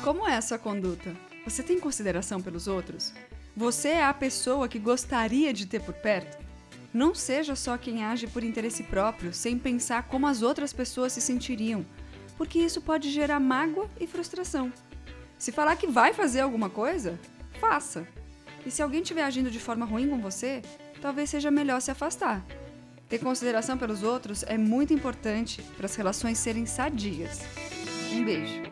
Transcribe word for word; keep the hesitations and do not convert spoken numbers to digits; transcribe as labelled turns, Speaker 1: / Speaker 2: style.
Speaker 1: Como é a sua conduta? Você tem consideração pelos outros? Você é a pessoa que gostaria de ter por perto? Não seja só quem age por interesse próprio, sem pensar como as outras pessoas se sentiriam, porque isso pode gerar mágoa e frustração. Se falar que vai fazer alguma coisa, faça. E se alguém estiver agindo de forma ruim com você, talvez seja melhor se afastar. Ter consideração pelos outros é muito importante para as relações serem sadias. Um beijo.